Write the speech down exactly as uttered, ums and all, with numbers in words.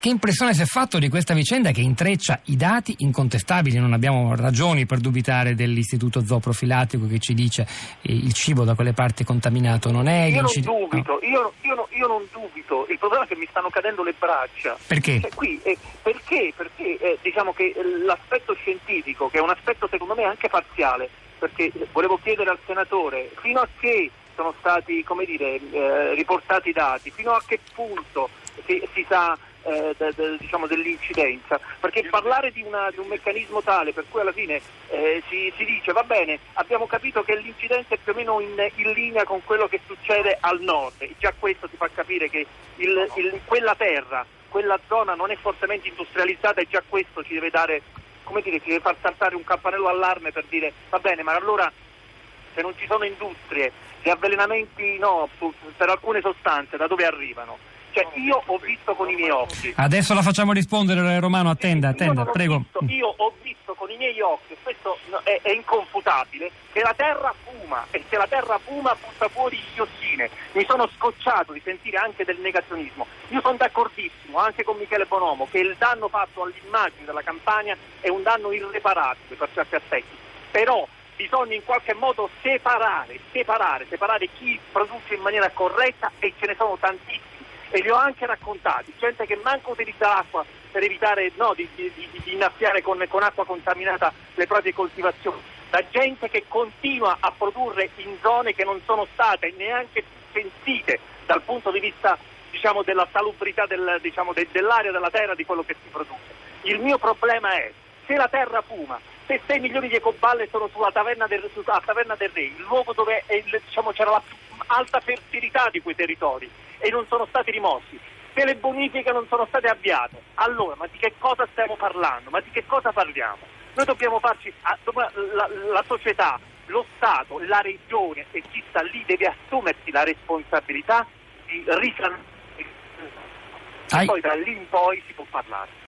Che impressione si è fatto di questa vicenda che intreccia i dati incontestabili? Non abbiamo ragioni per dubitare dell'istituto zooprofilattico che ci dice eh, il cibo da quelle parti contaminato non è... Io non incid- dubito, no. io, io, no- io non dubito, il problema è che mi stanno cadendo le braccia. Perché? Cioè, qui, eh, perché? Perché eh, diciamo che l'aspetto scientifico, che è un aspetto secondo me anche parziale, perché volevo chiedere al senatore, fino a che sono stati, come dire, eh, riportati i dati, fino a che punto si, si sa... Eh, de, de, diciamo dell'incidenza, perché parlare di, una, di un meccanismo tale per cui alla fine eh, si, si dice va bene, abbiamo capito che l'incidenza è più o meno in, in linea con quello che succede al nord, e già questo ti fa capire che il, il, quella terra, quella zona non è fortemente industrializzata, e già questo ci deve dare, come dire, ci deve far saltare un campanello allarme per dire va bene, ma allora se non ci sono industrie, gli avvelenamenti no, per alcune sostanze da dove arrivano? Cioè io ho visto con i miei occhi. Adesso la facciamo rispondere, Romano, attenda, attenda, io prego. Visto, io ho visto con i miei occhi, e questo è, è inconfutabile, che la terra fuma, e se la terra fuma butta fuori diossine. Mi sono scocciato di sentire anche del negazionismo. Io sono d'accordissimo anche con Michele Bonomo che il danno fatto all'immagine della Campania è un danno irreparabile per certi aspetti, però bisogna in qualche modo separare, separare, separare chi produce in maniera corretta, e ce ne sono tantissimi. E li ho anche raccontati, gente che manca utilizza l'acqua per evitare no, di, di, di, di innaffiare con, con acqua contaminata le proprie coltivazioni, da gente che continua a produrre in zone che non sono state neanche sentite dal punto di vista diciamo della salubrità del, diciamo, de, dell'area della terra, di quello che si produce. Il mio problema è se la terra fuma, se sei milioni di ecoballe sono sulla taverna del, sulla taverna del Re, il luogo dove è, diciamo, c'era la più alta fertilità di quei territori, e non sono stati rimossi, se le bonifiche non sono state avviate, allora ma di che cosa stiamo parlando? Ma di che cosa parliamo? Noi dobbiamo farci, la, la, la società, lo Stato, la regione e chi sta lì deve assumersi la responsabilità di risanare, e poi da lì in poi si può parlare.